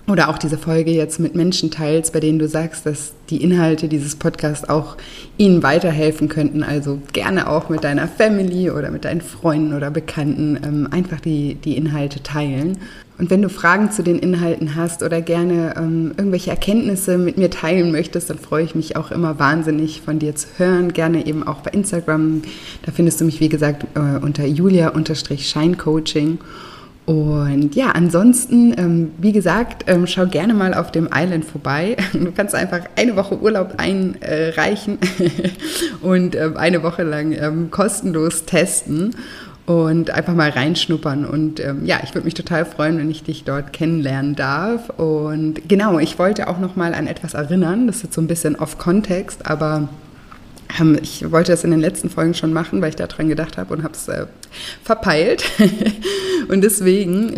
oder auch diese Folge jetzt mit Menschen teilst, bei denen du sagst, dass die Inhalte dieses Podcasts auch ihnen weiterhelfen könnten. Also gerne auch mit deiner Family oder mit deinen Freunden oder Bekannten einfach die Inhalte teilen. Und wenn du Fragen zu den Inhalten hast oder gerne irgendwelche Erkenntnisse mit mir teilen möchtest, dann freue ich mich auch immer wahnsinnig von dir zu hören. Gerne eben auch bei Instagram. Da findest du mich, wie gesagt, unter Julia_Scheincoaching. Und ja, ansonsten, wie gesagt, schau gerne mal auf dem Island vorbei. Du kannst einfach eine Woche Urlaub einreichen und eine Woche lang kostenlos testen und einfach mal reinschnuppern. Und ja, ich würde mich total freuen, wenn ich dich dort kennenlernen darf. Und genau, ich wollte auch noch mal an etwas erinnern. Das ist jetzt so ein bisschen off-Context, aber ich wollte das in den letzten Folgen schon machen, weil ich daran gedacht habe und habe es verpeilt. Und deswegen,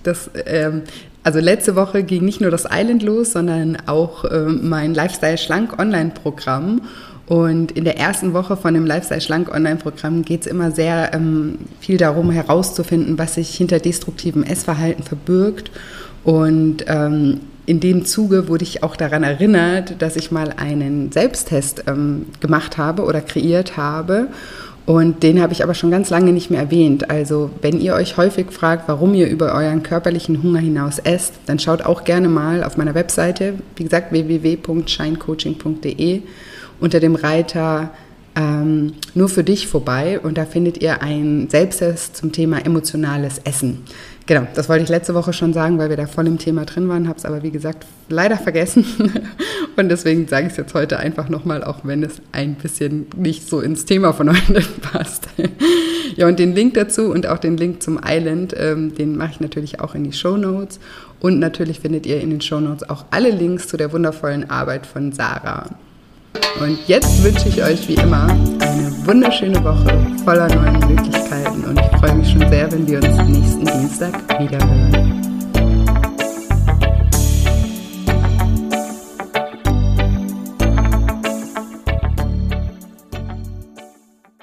also letzte Woche ging nicht nur das Island los, sondern auch mein Lifestyle Schlank Online-Programm. Und in der ersten Woche von dem Lifestyle Schlank Online-Programm geht es immer sehr viel darum, herauszufinden, was sich hinter destruktivem Essverhalten verbirgt. Und in dem Zuge wurde ich auch daran erinnert, dass ich mal einen Selbsttest gemacht habe oder kreiert habe. Und den habe ich aber schon ganz lange nicht mehr erwähnt. Also wenn ihr euch häufig fragt, warum ihr über euren körperlichen Hunger hinaus esst, dann schaut auch gerne mal auf meiner Webseite, wie gesagt www.scheincoaching.de, unter dem Reiter nur für dich vorbei. Und da findet ihr einen Selbsttest zum Thema emotionales Essen. Genau, das wollte ich letzte Woche schon sagen, weil wir da voll im Thema drin waren, habe es aber wie gesagt leider vergessen und deswegen sage ich es jetzt heute einfach nochmal, auch wenn es ein bisschen nicht so ins Thema von heute passt. Ja, und den Link dazu und auch den Link zum Island, den mache ich natürlich auch in die Shownotes und natürlich findet ihr in den Shownotes auch alle Links zu der wundervollen Arbeit von Sarah. Und jetzt wünsche ich euch wie immer eine wunderschöne Woche voller neuen Möglichkeiten und ich freue mich schon sehr, wenn wir uns nächsten Dienstag wieder hören.